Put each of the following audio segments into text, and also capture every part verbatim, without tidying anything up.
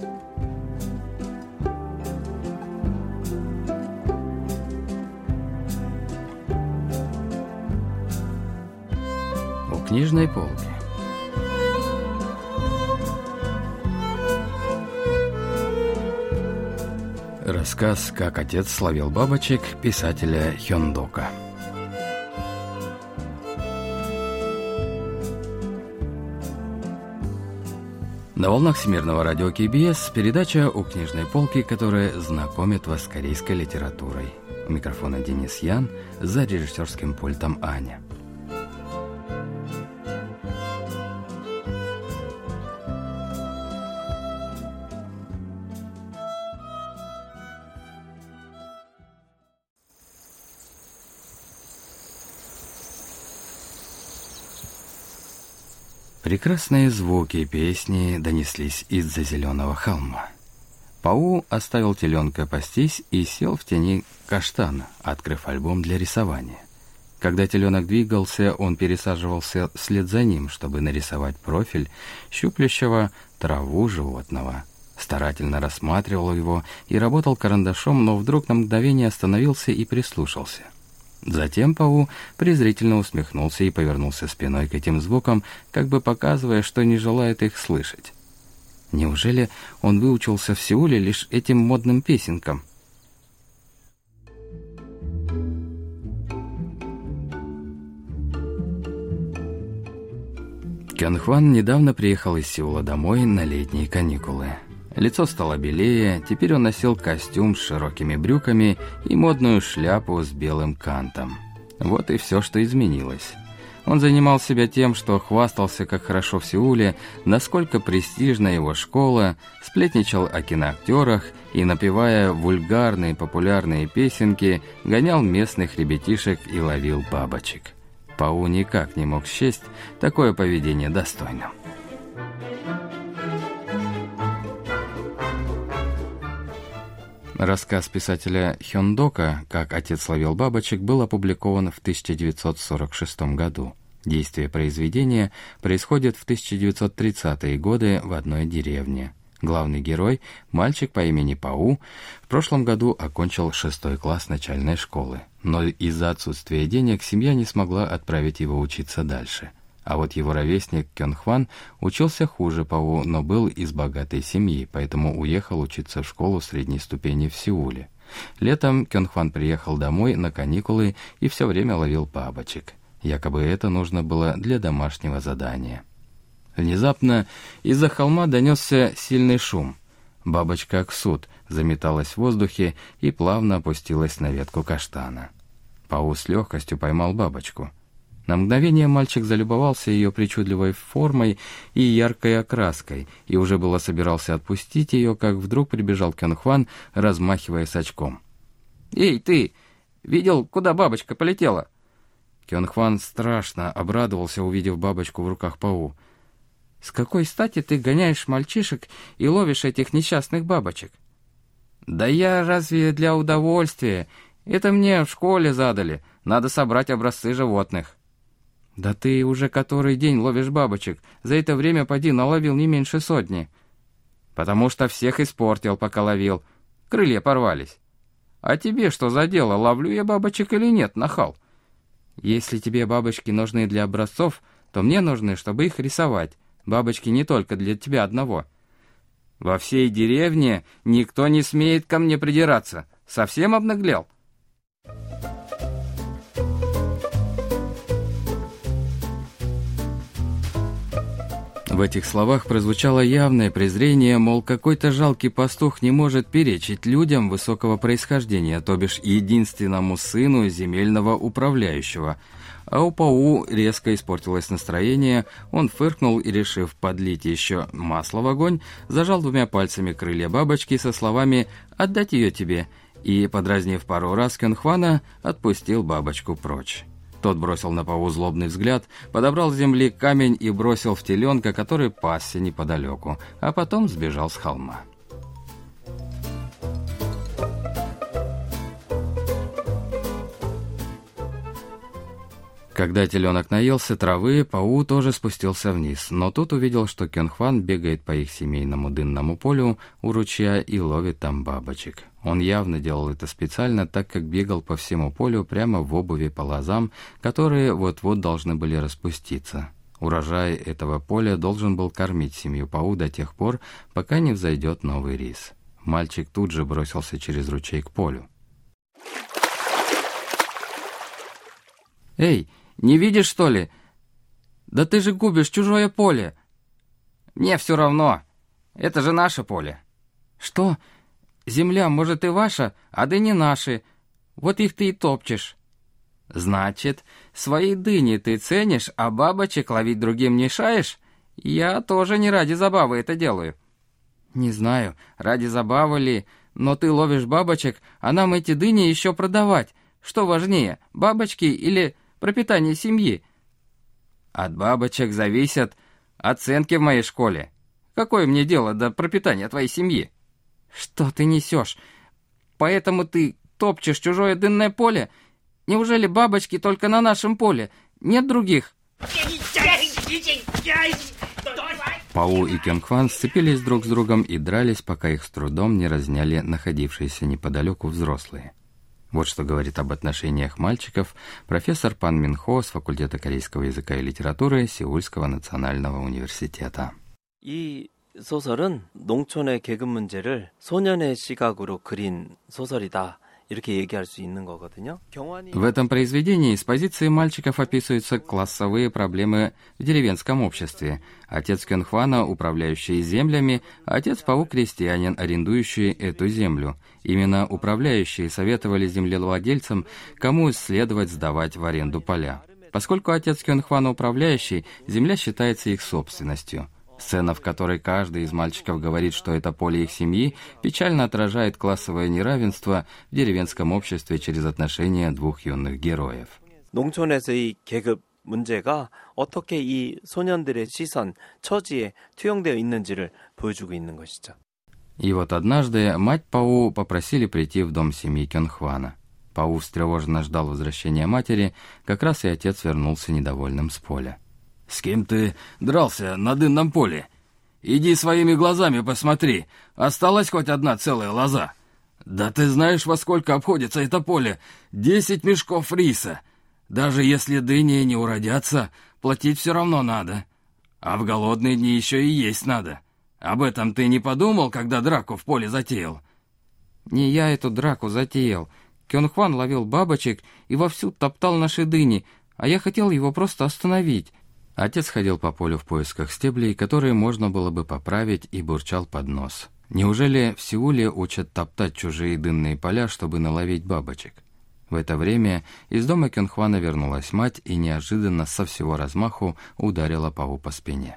У книжной полки. Рассказ «Как отец словил бабочек» писателя Хёндока. На волнах Всемирного радио Кей Би Эс передача «У книжной полки», которая знакомит вас с корейской литературой. У микрофона Денис Ян, за режиссерским пультом Аня. Прекрасные звуки и песни донеслись из-за зеленого холма. Пау оставил теленка пастись и сел в тени каштана, открыв альбом для рисования. Когда теленок двигался, он пересаживался вслед за ним, чтобы нарисовать профиль щуплящего траву животного. Старательно рассматривал его и работал карандашом, но вдруг на мгновение остановился и прислушался. Затем Пау презрительно усмехнулся и повернулся спиной к этим звукам, как бы показывая, что не желает их слышать. Неужели он выучился в Сеуле лишь этим модным песенкам? Кёнхван недавно приехал из Сеула домой на летние каникулы. Лицо стало белее, теперь он носил костюм с широкими брюками и модную шляпу с белым кантом. Вот и все, что изменилось. Он занимал себя тем, что хвастался, как хорошо в Сеуле, насколько престижна его школа, сплетничал о киноактерах и, напевая вульгарные популярные песенки, гонял местных ребятишек и ловил бабочек. Пау никак не мог счесть такое поведение достойным. Рассказ писателя Хёндока «Как отец ловил бабочек» был опубликован в тысяча девятьсот сорок шестом году. Действие произведения происходит в тысяча девятьсот тридцатые годы в одной деревне. Главный герой, мальчик по имени Пау, в прошлом году окончил шестой класс начальной школы, но из-за отсутствия денег семья не смогла отправить его учиться дальше. А вот его ровесник Кёнхван учился хуже Пау, но был из богатой семьи, поэтому уехал учиться в школу средней ступени в Сеуле. Летом Кёнхван приехал домой на каникулы и все время ловил бабочек. Якобы это нужно было для домашнего задания. Внезапно из-за холма донесся сильный шум. Бабочка Аксут заметалась в воздухе и плавно опустилась на ветку каштана. Пау с легкостью поймал бабочку. На мгновение мальчик залюбовался ее причудливой формой и яркой окраской, и уже было собирался отпустить ее, как вдруг прибежал Кёнхван, размахивая сачком. «Эй, ты! Видел, куда бабочка полетела?» Кёнхван страшно обрадовался, увидев бабочку в руках Пау. «С какой стати ты гоняешь мальчишек и ловишь этих несчастных бабочек?» «Да я разве для удовольствия? Это мне в школе задали. Надо собрать образцы животных». «Да ты уже который день ловишь бабочек. За это время поди наловил не меньше сотни». «Потому что всех испортил, пока ловил. Крылья порвались». «А тебе что за дело, ловлю я бабочек или нет, нахал?» «Если тебе бабочки нужны для образцов, то мне нужны, чтобы их рисовать. Бабочки не только для тебя одного». «Во всей деревне никто не смеет ко мне придираться. Совсем обнаглел?» В этих словах прозвучало явное презрение, мол, какой-то жалкий пастух не может перечить людям высокого происхождения, то бишь единственному сыну земельного управляющего. А у Пау резко испортилось настроение, он фыркнул и, решив подлить еще масло в огонь, зажал двумя пальцами крылья бабочки со словами «отдать ее тебе» и, подразнив пару раз Кёнхвана, отпустил бабочку прочь. Тот бросил на Пау злобный взгляд, подобрал с земли камень и бросил в теленка, который пасся неподалеку, а потом сбежал с холма. Когда теленок наелся травы, Пау тоже спустился вниз, но тут увидел, что Кёнхван бегает по их семейному дынному полю у ручья и ловит там бабочек. Он явно делал это специально, так как бегал по всему полю прямо в обуви по лозам, которые вот-вот должны были распуститься. Урожай этого поля должен был кормить семью Пау до тех пор, пока не взойдет новый рис. Мальчик тут же бросился через ручей к полю. «Эй, не видишь, что ли? Да ты же губишь чужое поле!» «Мне все равно. Это же наше поле». «Что? Земля, может, и ваша, а дыни наши. Вот их ты и топчешь». «Значит, свои дыни ты ценишь, а бабочек ловить другим не шаешь? Я тоже не ради забавы это делаю». «Не знаю, ради забавы ли, но ты ловишь бабочек, а нам эти дыни еще продавать. Что важнее, бабочки или пропитание семьи?» «От бабочек зависят оценки в моей школе. Какое мне дело до пропитания твоей семьи?» «Что ты несешь? Поэтому ты топчешь чужое дынное поле? Неужели бабочки только на нашем поле? Нет других?» Пау и Кёнхван сцепились друг с другом и дрались, пока их с трудом не разняли находившиеся неподалеку взрослые. Вот что говорит об отношениях мальчиков профессор Пан Мин Хо с факультета корейского языка и литературы Сеульского национального университета. 이 소설은 농촌의 계급 문제를 소년의 시각으로 그린 소설이다. 이렇게 얘기할 수 있는 거거든요. В этом произведении с позиции мальчиков описываются классовые проблемы в деревенском обществе. Отец Кёнхвана, управляющий землями, а отец Пау, крестьянин, арендующий эту землю. Именно управляющие советовали землевладельцам, кому следовать сдавать в аренду поля. Поскольку отец Кёнхвана управляющий, земля считается их собственностью. Сцена, в которой каждый из мальчиков говорит, что это поле их семьи, печально отражает классовое неравенство в деревенском обществе через отношения двух юных героев. 농촌에서의 계급 문제가 어떻게 이 소년들의 시선, 처지에 투영되어 있는지를 보여주고 있는 것이죠. И вот однажды мать Пау попросили прийти в дом семьи Кёнхвана. Пау встревоженно ждал возвращения матери, как раз и отец вернулся недовольным с поля. «С кем ты дрался на дынном поле? Иди своими глазами посмотри, осталась хоть одна целая лоза. Да ты знаешь, во сколько обходится это поле? Десять мешков риса. Даже если дыни не уродятся, платить все равно надо. А в голодные дни еще и есть надо. Об этом ты не подумал, когда драку в поле затеял?» «Не я эту драку затеял. Кёнхван ловил бабочек и вовсю топтал наши дыни, а я хотел его просто остановить». Отец ходил по полю в поисках стеблей, которые можно было бы поправить, и бурчал под нос. Неужели в Сеуле учат топтать чужие дынные поля, чтобы наловить бабочек? В это время из дома Кёнхвана вернулась мать и неожиданно со всего размаху ударила Пау по спине.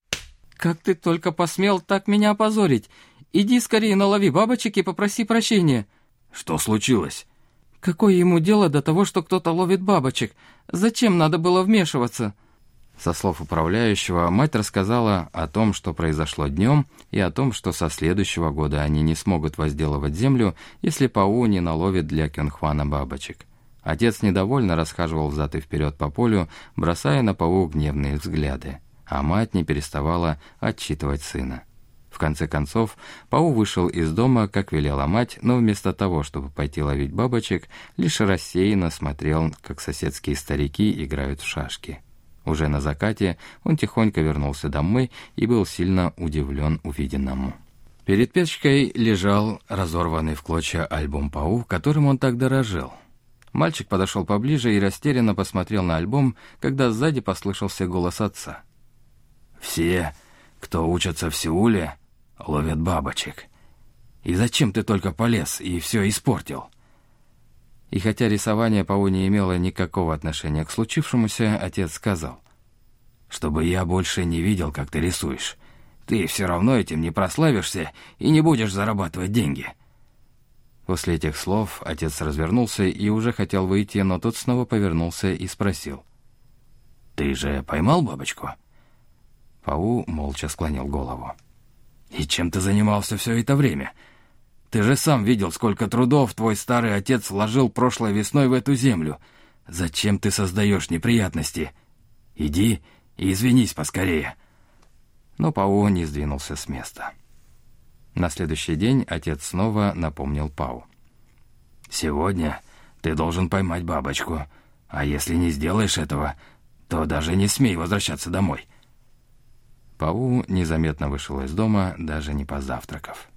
«Как ты только посмел так меня опозорить! Иди скорее налови бабочек и попроси прощения!» «Что случилось?» «Какое ему дело до того, что кто-то ловит бабочек? Зачем надо было вмешиваться?» Со слов управляющего, мать рассказала о том, что произошло днем, и о том, что со следующего года они не смогут возделывать землю, если Пау не наловит для Кёнхвана бабочек. Отец недовольно расхаживал взад и вперед по полю, бросая на Пау гневные взгляды, а мать не переставала отчитывать сына. В конце концов, Пау вышел из дома, как велела мать, но вместо того, чтобы пойти ловить бабочек, лишь рассеянно смотрел, как соседские старики играют в шашки. Уже на закате он тихонько вернулся домой и был сильно удивлен увиденному. Перед печкой лежал разорванный в клочья альбом Пау, которым он так дорожил. Мальчик подошел поближе и растерянно посмотрел на альбом, когда сзади послышался голос отца. «Все, кто учатся в Сеуле, ловят бабочек. И зачем ты только полез и все испортил?» И хотя рисование Пау не имело никакого отношения к случившемуся, отец сказал: «Чтобы я больше не видел, как ты рисуешь. Ты все равно этим не прославишься и не будешь зарабатывать деньги». После этих слов отец развернулся и уже хотел выйти, но тот снова повернулся и спросил: «Ты же поймал бабочку?» Пау молча склонил голову. «И чем ты занимался все это время? Ты же сам видел, сколько трудов твой старый отец вложил прошлой весной в эту землю. зачем ты создаешь неприятности? Иди и извинись поскорее». Но Пау не сдвинулся с места. На следующий день отец снова напомнил Пау. «Сегодня ты должен поймать бабочку, а если не сделаешь этого, то даже не смей возвращаться домой». Пау незаметно вышел из дома, даже не позавтракав.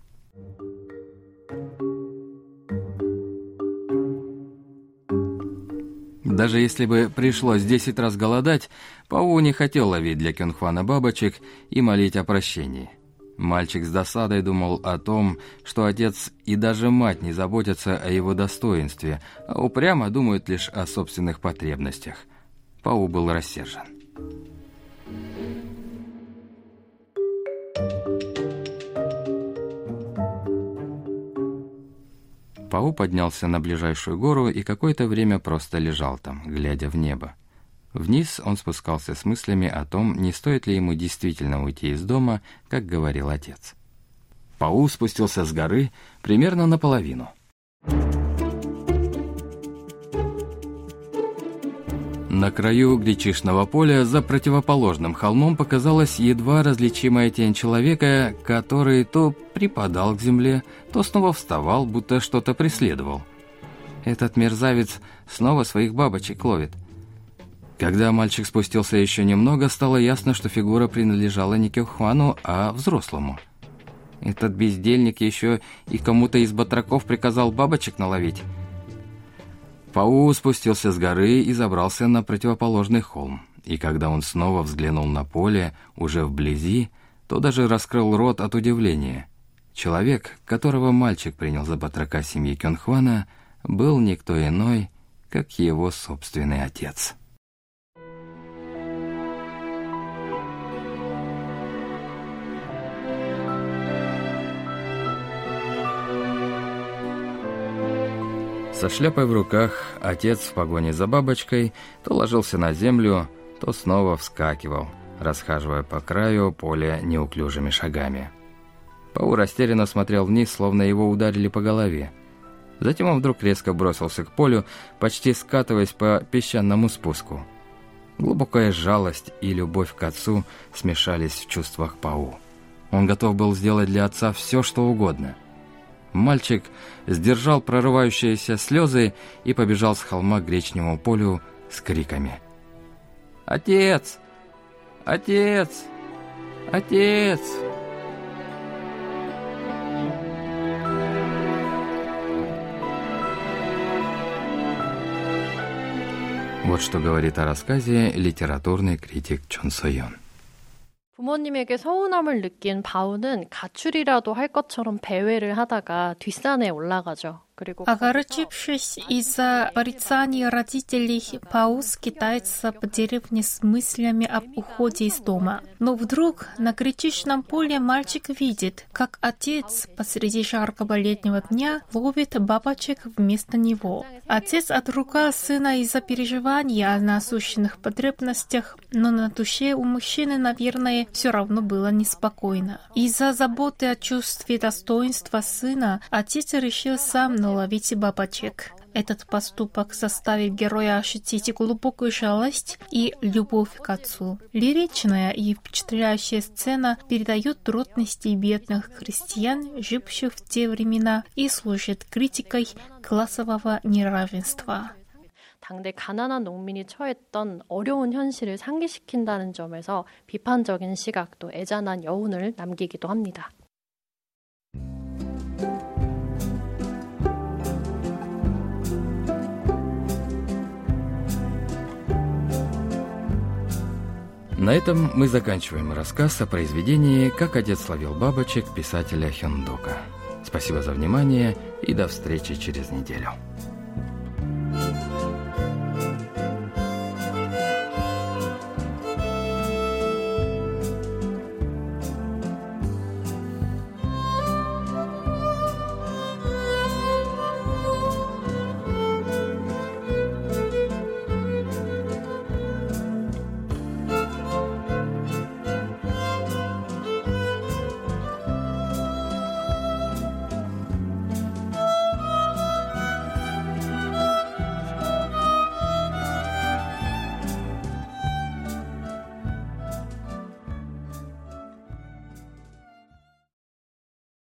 Даже если бы пришлось десять раз голодать, Пау не хотел ловить для Кёнхвана бабочек и молить о прощении. Мальчик с досадой думал о том, что отец и даже мать не заботятся о его достоинстве, а упрямо думают лишь о собственных потребностях. Пау был рассержен. Пау поднялся на ближайшую гору и какое-то время просто лежал там, глядя в небо. Вниз он спускался с мыслями о том, не стоит ли ему действительно уйти из дома, как говорил отец. Пау спустился с горы примерно наполовину. На краю гречишного поля за противоположным холмом показалась едва различимая тень человека, который то припадал к земле, то снова вставал, будто что-то преследовал. Этот мерзавец снова своих бабочек ловит. Когда мальчик спустился еще немного, стало ясно, что фигура принадлежала не Кёнхвану, а взрослому. Этот бездельник еще и кому-то из батраков приказал бабочек наловить. Пау спустился с горы и забрался на противоположный холм. И когда он снова взглянул на поле, уже вблизи, то даже раскрыл рот от удивления. Человек, которого мальчик принял за батрака семьи Кёнхвана, был никто иной, как его собственный отец. Со шляпой в руках отец в погоне за бабочкой то ложился на землю, то снова вскакивал, расхаживая по краю поля неуклюжими шагами. Пау растерянно смотрел вниз, словно его ударили по голове. Затем он вдруг резко бросился к полю, почти скатываясь по песчаному спуску. Глубокая жалость и любовь к отцу смешались в чувствах Пау. Он готов был сделать для отца все, что угодно. Мальчик сдержал прорывающиеся слезы и побежал с холма к гречневому полю с криками: «Отец! Отец! Отец!» Вот что говорит о рассказе литературный критик Чон Со-연. 부모님에게 서운함을 느낀 바우는 가출이라도 할 것처럼 배회를 하다가 뒷산에 올라가죠. Огорчившись из-за порицаний родителей, Пау скитается по деревне с мыслями об уходе из дома. Но вдруг на гречишном поле мальчик видит, как отец посреди жаркого летнего дня ловит бабочек вместо него. Отец отругал сына из-за переживаний о насущных потребностях, но на душе у мужчины, наверное, все равно было неспокойно. Из-за заботы о чувстве достоинства сына отец решил сам наловить бабочек. Этот поступок заставит героя ощутить глубокую жалость и любовь к отцу. Лиричная и впечатляющая сцена передает трудности бедных крестьян, живших в те времена, и служит критикой классового неравенства. 당대 가난한 농민이 처했던 어려운 현실을 상기시킨다는 점에서 비판적인 시각도 애잔한 여운을 남기기도 합니다. На этом мы заканчиваем рассказ о произведении «Как отец ловил бабочек» писателя Хёндока. Спасибо за внимание и до встречи через неделю.